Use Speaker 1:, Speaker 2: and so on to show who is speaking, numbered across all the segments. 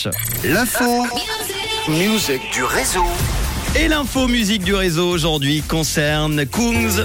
Speaker 1: ch.
Speaker 2: L'info musique du réseau.
Speaker 1: Et l'info musique du réseau aujourd'hui concerne Kungs.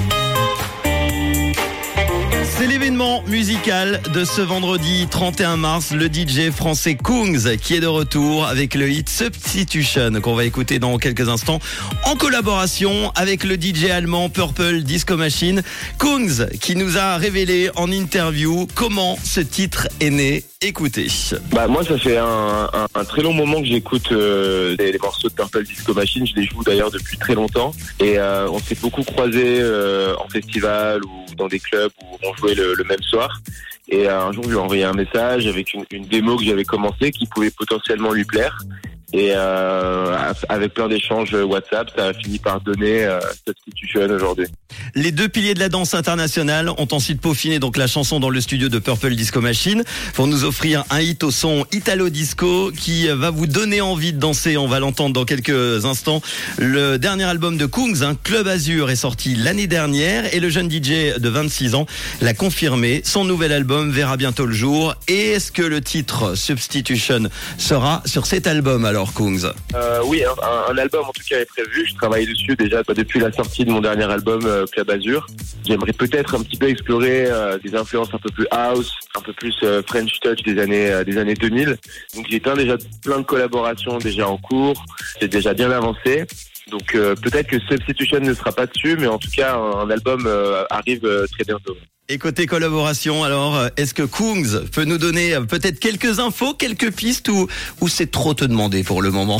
Speaker 1: C'est l'événement musical de ce vendredi 31 mars, le DJ français Kungs qui est de retour avec le hit Substitution qu'on va écouter dans quelques instants en collaboration avec le DJ allemand Purple Disco Machine. Kungs qui nous a révélé en interview comment ce titre est né. Écoutez.
Speaker 3: Moi ça fait un très long moment que j'écoute les morceaux de Purple Disco Machine. Je les joue d'ailleurs depuis très longtemps et on s'est beaucoup croisés en festival ou dans des clubs où on jouait le même soir. Et un jour je lui ai envoyé un message avec une démo que j'avais commencé qui pouvait potentiellement lui plaire. Et avec plein d'échanges WhatsApp, ça a fini par donner Substitution aujourd'hui.
Speaker 1: Les deux piliers de la danse internationale ont ensuite peaufiné donc la chanson dans le studio de Purple Disco Machine pour nous offrir un hit au son Italo Disco qui va vous donner envie de danser. On va l'entendre dans quelques instants. Le dernier album de Kungs, Club Azur, est sorti l'année dernière et le jeune DJ de 26 ans l'a confirmé. Son nouvel album verra bientôt le jour. Et est-ce que le titre Substitution sera sur cet album alors, Kungs?
Speaker 3: Oui, un album en tout cas est prévu. Je travaille dessus déjà depuis la sortie de mon dernier album Club Azur. J'aimerais peut-être un petit peu explorer des influences un peu plus house, un peu plus French touch des années 2000. Donc j'ai plein de collaborations déjà en cours. C'est déjà bien avancé. Donc peut-être que Substitution ne sera pas dessus, mais en tout cas un album arrive très bientôt.
Speaker 1: Et côté collaboration, alors, est-ce que Kungs peut nous donner peut-être quelques infos, quelques pistes ou c'est trop te demander pour le moment?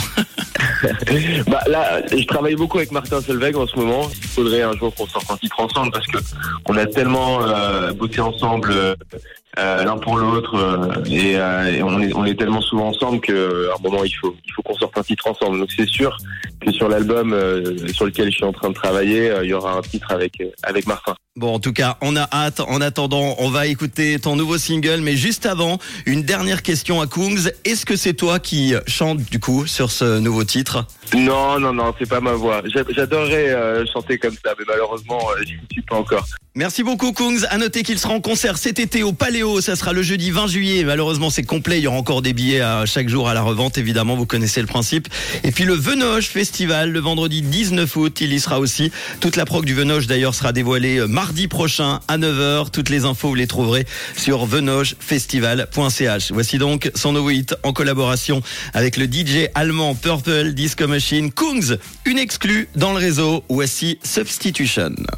Speaker 3: Là, je travaille beaucoup avec Martin Solveig en ce moment. Il faudrait un jour qu'on sorte un titre ensemble parce que on a tellement bossé ensemble l'un pour l'autre et on est tellement souvent ensemble qu'à un moment il faut qu'on sorte un titre ensemble. Donc c'est sûr que sur l'album sur lequel je suis en train de travailler, il y aura un titre avec Martin.
Speaker 1: Bon, en tout cas, on a hâte. En attendant, on va écouter ton nouveau single. Mais juste avant, une dernière question à Kungs. Est-ce que c'est toi qui chante du coup sur ce nouveau titre?
Speaker 3: Non, c'est pas ma voix. J'adorerais chanter comme ça, mais malheureusement, je ne suis pas encore.
Speaker 1: Merci beaucoup, Kungs. À noter qu'il sera en concert cet été au Paléo. Ça sera le jeudi 20 juillet. Malheureusement, c'est complet. Il y aura encore des billets à chaque jour à la revente. Évidemment, vous connaissez le principe. Et puis le Venoge Festival, le vendredi 19 août, il y sera aussi. Toute la prog du Venoge, d'ailleurs, sera dévoilée mardi prochain à 9h. Toutes les infos, vous les trouverez sur venogefestival.ch. Voici donc son nouveau hit en collaboration avec le DJ allemand Purple Disco Machine. Kungs, une exclue dans le réseau. Voici Substitution.